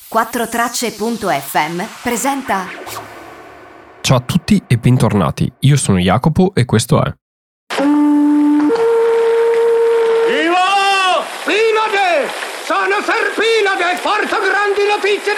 4Tracce.fm presenta. Ciao a tutti e bentornati, io sono Jacopo e questo è Viva! Pinade! Sono Serpinade! Porto grandi notizie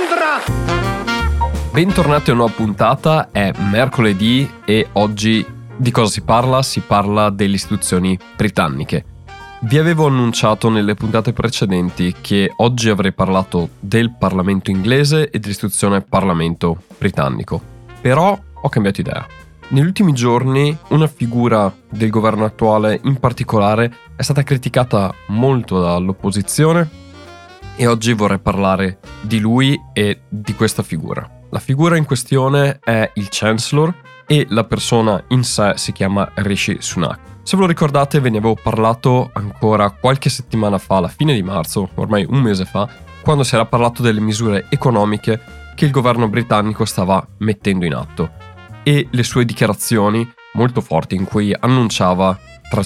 da Londra! Bentornati a una nuova puntata, è mercoledì e oggi di cosa si parla? Si parla delle istituzioni britanniche. Vi avevo annunciato nelle puntate precedenti che oggi avrei parlato del Parlamento inglese e dell'istituzione Parlamento britannico. Però ho cambiato idea. Negli ultimi giorni una figura del governo attuale in particolare è stata criticata molto dall'opposizione e oggi vorrei parlare di lui e di questa figura. La figura in questione è il Chancellor e la persona in sé si chiama Rishi Sunak. Se ve lo ricordate ve ne avevo parlato ancora qualche settimana fa, alla fine di marzo, ormai un mese fa, quando si era parlato delle misure economiche che il governo britannico stava mettendo in atto e le sue dichiarazioni molto forti in cui annunciava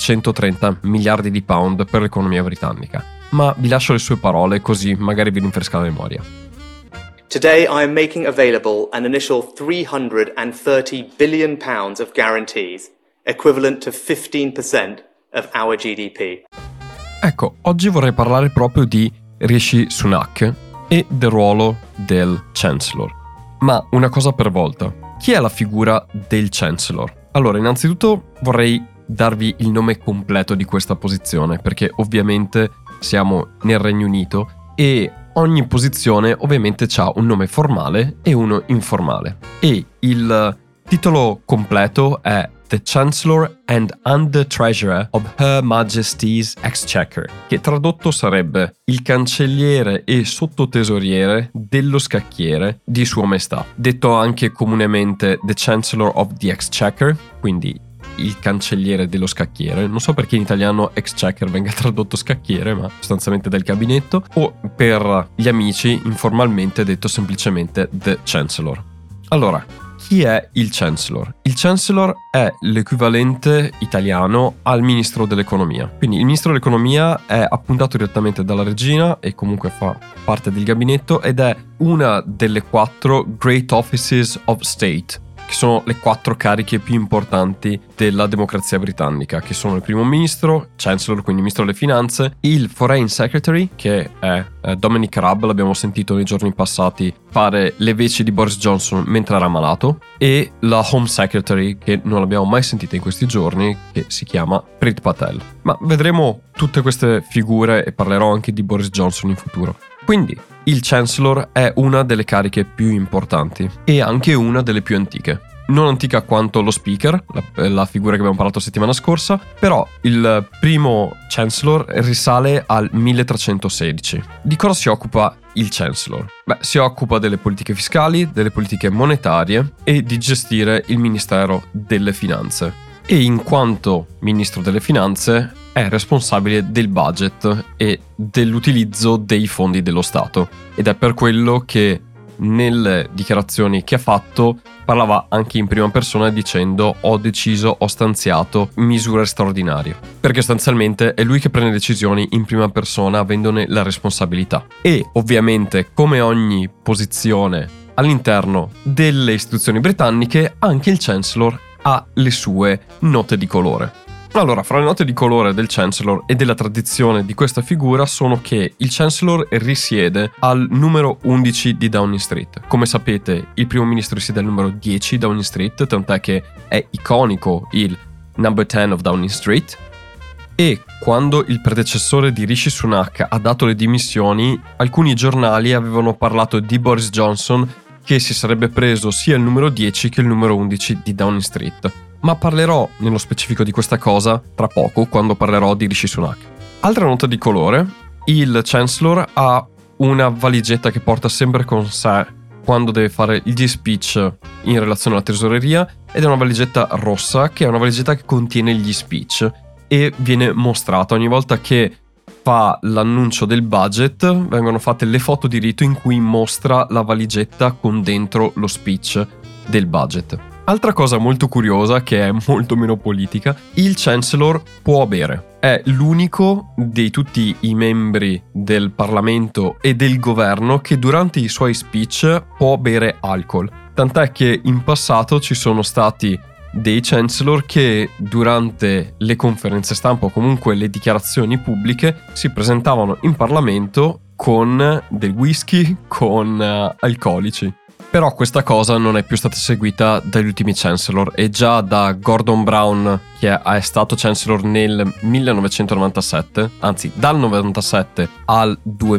330 miliardi di pound per l'economia britannica. Ma vi lascio le sue parole così magari vi rinfresca la memoria. Today I am making available an initial £330 billion of guarantees, equivalent to 15% of our GDP. Ecco, oggi vorrei parlare proprio di Rishi Sunak e del ruolo del Chancellor. Ma una cosa per volta. Chi è la figura del Chancellor? Allora, innanzitutto vorrei darvi il nome completo di questa posizione, perché ovviamente siamo nel Regno Unito e ogni posizione ovviamente ha un nome formale e uno informale. E il titolo completo è The Chancellor and Under Treasurer of Her Majesty's Exchequer, che tradotto sarebbe il cancelliere e sottotesoriere dello scacchiere di Sua Maestà, detto anche comunemente The Chancellor of the Exchequer, quindi il cancelliere dello scacchiere. Non so perché in italiano Exchequer venga tradotto scacchiere, ma sostanzialmente del gabinetto, o per gli amici informalmente detto semplicemente The Chancellor. Allora, chi è il Chancellor? Il Chancellor è l'equivalente italiano al Ministro dell'Economia. Quindi il Ministro dell'Economia è appuntato direttamente dalla regina e comunque fa parte del gabinetto ed è una delle 4 Great Offices of State, che sono le 4 cariche più importanti della democrazia britannica, che sono il primo ministro, Chancellor, quindi ministro delle finanze, il Foreign Secretary, che è Dominic Raab, l'abbiamo sentito nei giorni passati fare le veci di Boris Johnson mentre era malato, e la Home Secretary, che non l'abbiamo mai sentita in questi giorni, che si chiama Priti Patel. Ma vedremo tutte queste figure e parlerò anche di Boris Johnson in futuro. Quindi il Chancellor è una delle cariche più importanti e anche una delle più antiche. Non antica quanto lo Speaker, la figura che abbiamo parlato settimana scorsa, però il primo Chancellor risale al 1316. Di cosa si occupa il Chancellor? Si occupa delle politiche fiscali, delle politiche monetarie e di gestire il Ministero delle Finanze. E in quanto Ministro delle Finanze è responsabile del budget e dell'utilizzo dei fondi dello Stato. Ed è per quello che nelle dichiarazioni che ha fatto parlava anche in prima persona dicendo ho stanziato misure straordinarie, perché sostanzialmente è lui che prende decisioni in prima persona avendone la responsabilità. E ovviamente, come ogni posizione all'interno delle istituzioni britanniche, anche il Chancellor ha le sue note di colore. Allora, fra le note di colore del Chancellor e della tradizione di questa figura sono che il Chancellor risiede al numero 11 di Downing Street. Come sapete, il primo ministro risiede al numero 10 di Downing Street, tant'è che è iconico il Number 10 of Downing Street. E quando il predecessore di Rishi Sunak ha dato le dimissioni, alcuni giornali avevano parlato di Boris Johnson che si sarebbe preso sia il numero 10 che il numero 11 di Downing Street. Ma parlerò nello specifico di questa cosa tra poco, quando parlerò di Rishi Sunak. Altra nota di colore, il Chancellor ha una valigetta che porta sempre con sé quando deve fare gli speech in relazione alla tesoreria, ed è una valigetta rossa, che è una valigetta che contiene gli speech e viene mostrata ogni volta che fa l'annuncio del budget. Vengono fatte le foto di rito in cui mostra la valigetta con dentro lo speech del budget. Altra cosa molto curiosa, che è molto meno politica, il Chancellor può bere. È l'unico di tutti i membri del Parlamento e del governo che durante i suoi speech può bere alcol. Tant'è che in passato ci sono stati dei Chancellor che durante le conferenze stampa o comunque le dichiarazioni pubbliche si presentavano in Parlamento con del whisky, con alcolici. Però questa cosa non è più stata seguita dagli ultimi Chancellor e già da Gordon Brown, che è stato Chancellor nel 1997, anzi dal 97 al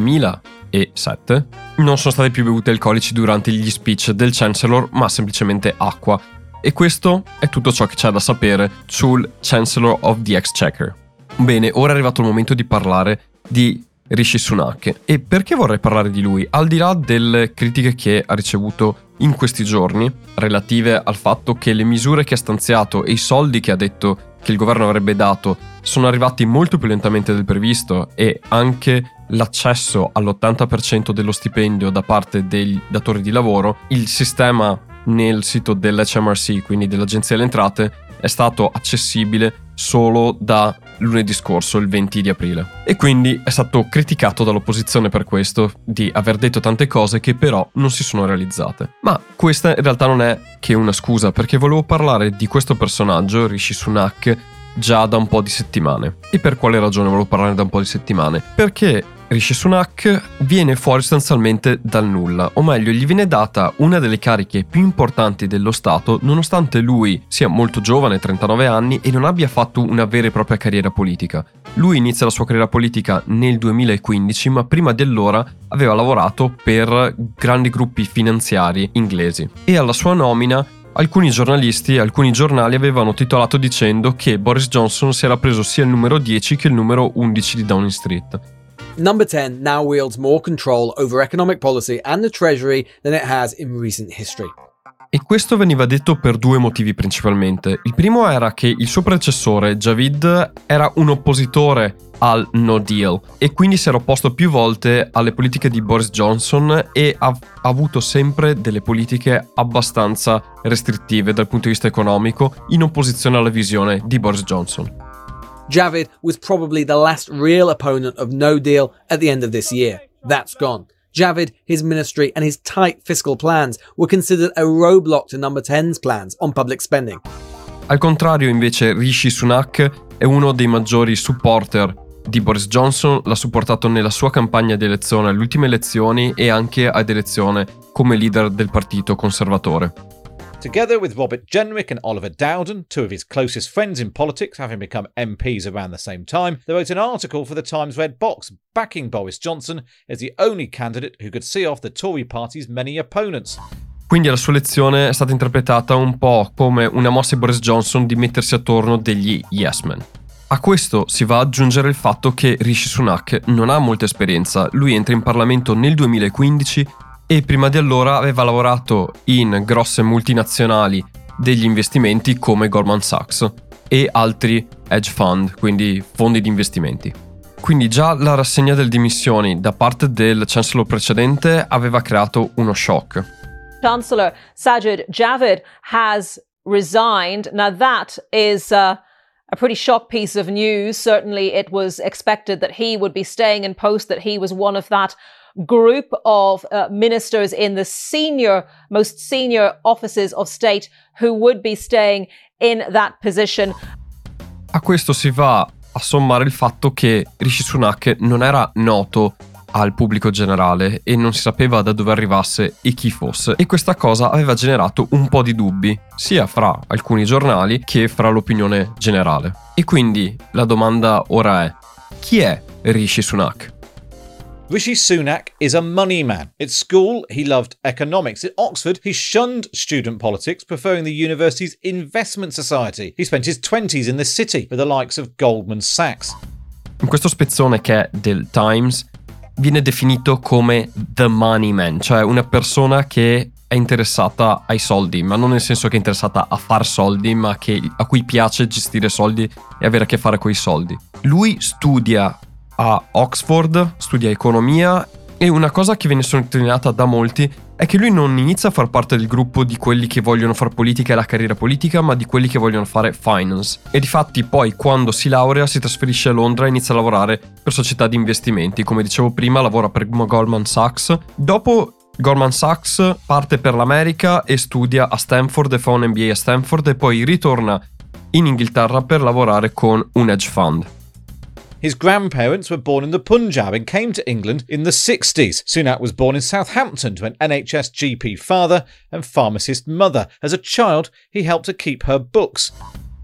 2007, non sono stati più bevuti alcolici durante gli speech del Chancellor, ma semplicemente acqua. E questo è tutto ciò che c'è da sapere sul Chancellor of the Exchequer. Bene, ora è arrivato il momento di parlare di Rishi Sunak. E perché vorrei parlare di lui? Al di là delle critiche che ha ricevuto in questi giorni, relative al fatto che le misure che ha stanziato e i soldi che ha detto che il governo avrebbe dato sono arrivati molto più lentamente del previsto, e anche l'accesso all'80% dello stipendio da parte dei datori di lavoro, il sistema nel sito dell'HMRC, quindi dell'Agenzia delle Entrate, è stato accessibile solo da lunedì scorso, il 20 di aprile. E quindi è stato criticato dall'opposizione per questo, di aver detto tante cose che però non si sono realizzate. Ma questa in realtà non è che una scusa, perché volevo parlare di questo personaggio, Rishi Sunak, già da un po' di settimane. E per quale ragione volevo parlare da un po' di settimane? Perché Rishi Sunak viene fuori sostanzialmente dal nulla, o meglio, gli viene data una delle cariche più importanti dello Stato, nonostante lui sia molto giovane, 39 anni, e non abbia fatto una vera e propria carriera politica. Lui inizia la sua carriera politica nel 2015, ma prima di allora aveva lavorato per grandi gruppi finanziari inglesi. E alla sua nomina alcuni giornalisti e alcuni giornali avevano titolato dicendo che Boris Johnson si era preso sia il numero 10 che il numero 11 di Downing Street. Number 10 now wields more control over economic policy and the Treasury than it has in recent history. E questo veniva detto per due motivi principalmente. Il primo era che il suo predecessore, Javid, era un oppositore al No Deal e quindi si era opposto più volte alle politiche di Boris Johnson e ha avuto sempre delle politiche abbastanza restrittive dal punto di vista economico, in opposizione alla visione di Boris Johnson. Javid was probably the last real opponent of No Deal at the end of this year. That's gone. Javid, his ministry and his tight fiscal plans were considered a roadblock to Number 10's plans on public spending. Al contrario, invece, Rishi Sunak è uno dei maggiori supporter di Boris Johnson, l'ha supportato nella sua campagna di elezione alle ultime elezioni e anche ad elezione come leader del partito conservatore. Together with Robert Jenrick and Oliver Dowden, two of his closest friends in politics, having become MPs around the same time, they wrote an article for the Times Red Box backing Boris Johnson as the only candidate who could see off the Tory party's many opponents. Quindi la sua elezione è stata interpretata un po' come una mossa di Boris Johnson di mettersi attorno degli yes men. A questo si va ad aggiungere il fatto che Rishi Sunak non ha molta esperienza. Lui entra in Parlamento nel 2015 e prima di allora aveva lavorato in grosse multinazionali degli investimenti come Goldman Sachs e altri hedge fund, quindi fondi di investimenti. Quindi già la rassegna delle dimissioni da parte del Chancellor precedente aveva creato uno shock. Chancellor Sajid Javid has resigned. Now that is a pretty shock piece of news. Certainly it was expected that he would be staying in post, that he was one of that group of ministers in the most senior offices of state who would be staying in that position. A questo si va a sommare il fatto che Rishi Sunak non era noto al pubblico generale e non si sapeva da dove arrivasse e chi fosse, e questa cosa aveva generato un po' di dubbi sia fra alcuni giornali che fra l'opinione generale. E quindi la domanda ora è: chi è Rishi Sunak? Rishi Sunak is a money man. At school, he loved economics. At Oxford, he shunned student politics, preferring the university's investment society. He spent his 20s in the city with the likes of Goldman Sachs. In questo spezzone che è del Times viene definito come the money man, cioè una persona che è interessata ai soldi, ma non nel senso che è interessata a far soldi, ma a cui piace gestire soldi e avere a che fare con i soldi. Lui studia a Oxford, studia economia E una cosa che viene sottolineata da molti è che lui non inizia a far parte del gruppo di quelli che vogliono fare politica e la carriera politica, ma di quelli che vogliono fare finance. E difatti poi quando si laurea si trasferisce a Londra e inizia a lavorare per società di investimenti. Come dicevo prima, lavora per Goldman Sachs. Dopo Goldman Sachs parte per l'America e studia a Stanford e fa un MBA a Stanford e poi ritorna in Inghilterra per lavorare con un hedge fund. His grandparents were born in the Punjab and came to England in the 60s. Sunak was born in Southampton to an NHS GP father and pharmacist mother. As a child, he helped to keep her books.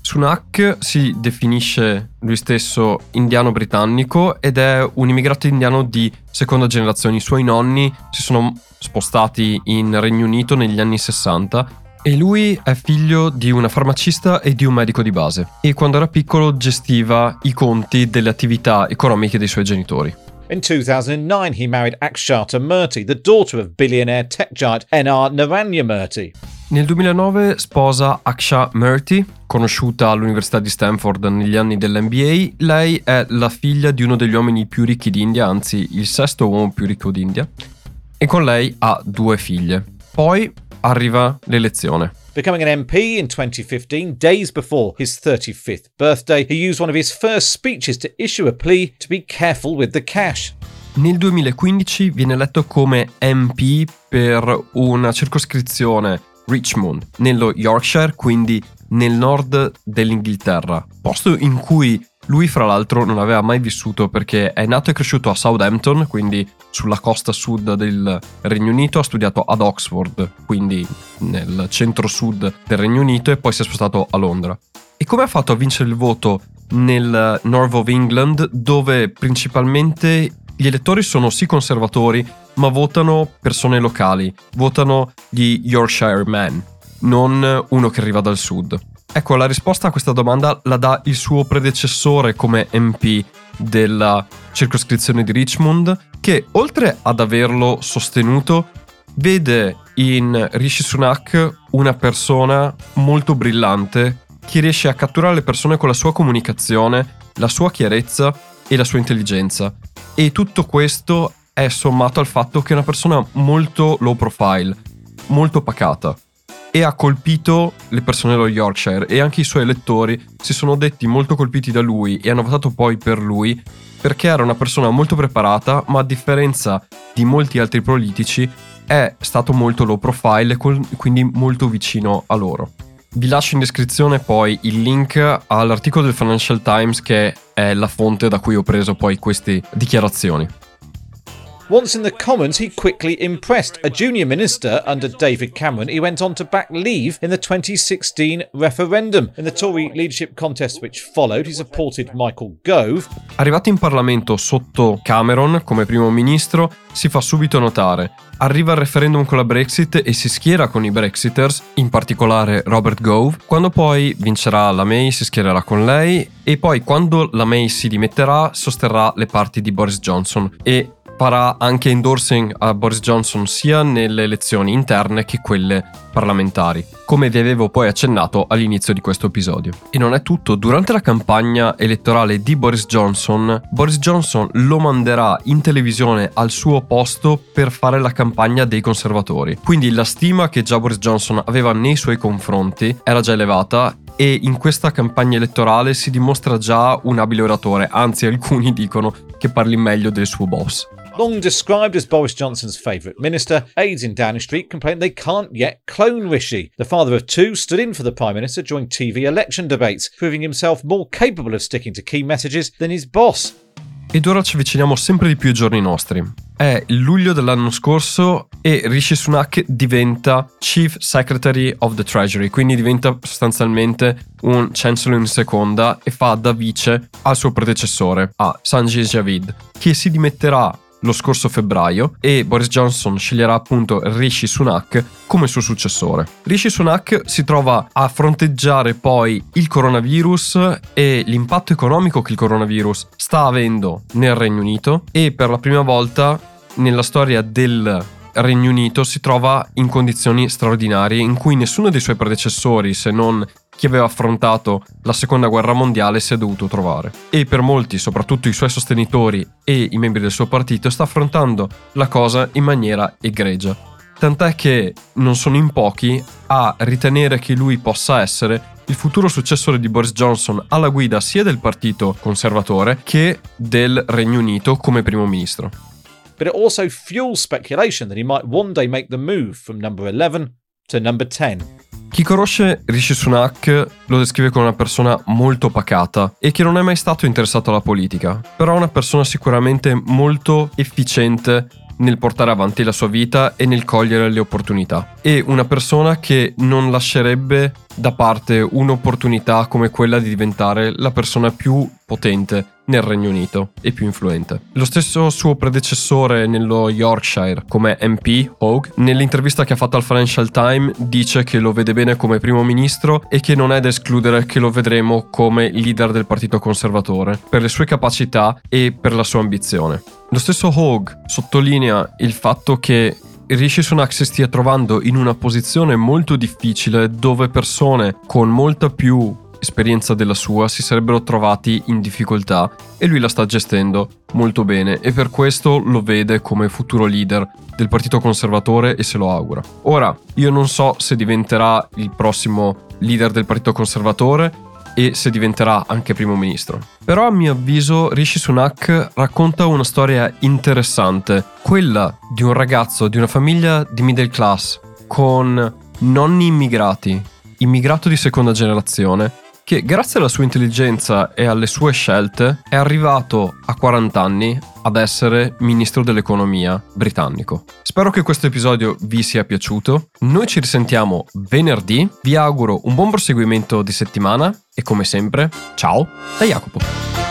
Sunak si definisce lui stesso indiano-britannico ed è un immigrato indiano di seconda generazione. I suoi nonni si sono spostati in Regno Unito negli anni 60 e lui è figlio di una farmacista e di un medico di base. E quando era piccolo gestiva i conti delle attività economiche dei suoi genitori. In 2009, he married Akshata Murthy, the daughter of billionaire tech giant N.R. Narayana Murthy. Nel 2009 sposa Aksha Murthy, conosciuta all'Università di Stanford negli anni dell'MBA. Lei è la figlia di uno degli uomini più ricchi d'India, anzi il sesto uomo più ricco d'India, e con lei ha 2 figlie. Poi arriva l'elezione. Becoming an MP in 2015, days before his 35th birthday, he used one of his first speeches to issue a plea to be careful with the cash. Nel 2015 viene eletto come MP per una circoscrizione Richmond, nello Yorkshire, quindi nel nord dell'Inghilterra, posto in cui lui fra l'altro non aveva mai vissuto perché è nato e cresciuto a Southampton, quindi sulla costa sud del Regno Unito, ha studiato ad Oxford, quindi nel centro-sud del Regno Unito, e poi si è spostato a Londra. E come ha fatto a vincere il voto nel North of England, dove principalmente gli elettori sono sì conservatori, ma votano persone locali, votano gli Yorkshire Men, non uno che arriva dal sud? Ecco, la risposta a questa domanda la dà il suo predecessore come MP della circoscrizione di Richmond, che oltre ad averlo sostenuto, vede in Rishi Sunak una persona molto brillante che riesce a catturare le persone con la sua comunicazione, la sua chiarezza e la sua intelligenza. E tutto questo è sommato al fatto che è una persona molto low profile, molto pacata. E ha colpito le persone dello Yorkshire, e anche i suoi elettori si sono detti molto colpiti da lui e hanno votato poi per lui perché era una persona molto preparata, ma a differenza di molti altri politici è stato molto low profile e quindi molto vicino a loro. Vi lascio in descrizione poi il link all'articolo del Financial Times, che è la fonte da cui ho preso poi queste dichiarazioni. Once in the Commons, he quickly impressed. A junior minister under David Cameron, he went on to back Leave in the 2016 referendum. In the Tory leadership contest which followed, he supported Michael Gove. Arrivato in Parlamento sotto Cameron come primo ministro, si fa subito notare. Arriva al referendum con la Brexit e si schiera con i Brexiters, in particolare Robert Gove. Quando poi vincerà la May, si schiererà con lei, e poi quando la May si dimetterà, sosterrà le parti di Boris Johnson e farà anche endorsing a Boris Johnson sia nelle elezioni interne che quelle parlamentari, come vi avevo poi accennato all'inizio di questo episodio. E non è tutto. Durante la campagna elettorale di Boris Johnson lo manderà in televisione al suo posto per fare la campagna dei conservatori. Quindi la stima che già Boris Johnson aveva nei suoi confronti era già elevata, e in questa campagna elettorale si dimostra già un abile oratore, anzi alcuni dicono che parli meglio del suo boss. Long described as Boris Johnson's favourite minister, aides in Downing Street complain they can't yet clone Rishi. The father of 2 stood in for the Prime Minister during TV election debates, proving himself more capable of sticking to key messages than his boss. Ed ora ci avviciniamo sempre di più ai giorni nostri. È il luglio dell'anno scorso e Rishi Sunak diventa Chief Secretary of the Treasury, quindi diventa sostanzialmente un Chancellor in seconda e fa da vice al suo predecessore, a Sanjay Javid, che si dimetterà lo scorso febbraio, e Boris Johnson sceglierà appunto Rishi Sunak come suo successore. Rishi Sunak si trova a fronteggiare poi il coronavirus e l'impatto economico che il coronavirus sta avendo nel Regno Unito, e per la prima volta nella storia del Regno Unito si trova in condizioni straordinarie in cui nessuno dei suoi predecessori, se non chi aveva affrontato la seconda guerra mondiale si è dovuto trovare. E per molti, soprattutto i suoi sostenitori e i membri del suo partito, sta affrontando la cosa in maniera egregia. Tant'è che non sono in pochi a ritenere che lui possa essere il futuro successore di Boris Johnson alla guida sia del partito conservatore che del Regno Unito come primo ministro. But it also fuels speculation that he might one day make the move from number 11 to number 10. Chi conosce Rishi Sunak lo descrive come una persona molto pacata e che non è mai stato interessato alla politica, però è una persona sicuramente molto efficiente nel portare avanti la sua vita e nel cogliere le opportunità. E una persona che non lascerebbe da parte un'opportunità come quella di diventare la persona più potente nel Regno Unito e più influente. Lo stesso suo predecessore nello Yorkshire come MP, Hogue, nell'intervista che ha fatto al Financial Times dice che lo vede bene come primo ministro e che non è da escludere che lo vedremo come leader del partito conservatore per le sue capacità e per la sua ambizione. Lo stesso Hogue sottolinea il fatto che Rishi Sunak si stia trovando in una posizione molto difficile dove persone con molta più esperienza della sua si sarebbero trovati in difficoltà e lui la sta gestendo molto bene e per questo lo vede come futuro leader del partito conservatore e se lo augura. Ora, io non so se diventerà il prossimo leader del partito conservatore e se diventerà anche primo ministro. Però a mio avviso Rishi Sunak racconta una storia interessante, quella di un ragazzo di una famiglia di middle class con nonni immigrato di seconda generazione, che grazie alla sua intelligenza e alle sue scelte è arrivato a 40 anni ad essere ministro dell'economia britannico. Spero che questo episodio vi sia piaciuto. Noi ci risentiamo venerdì. Vi auguro un buon proseguimento di settimana e come sempre, ciao da Jacopo.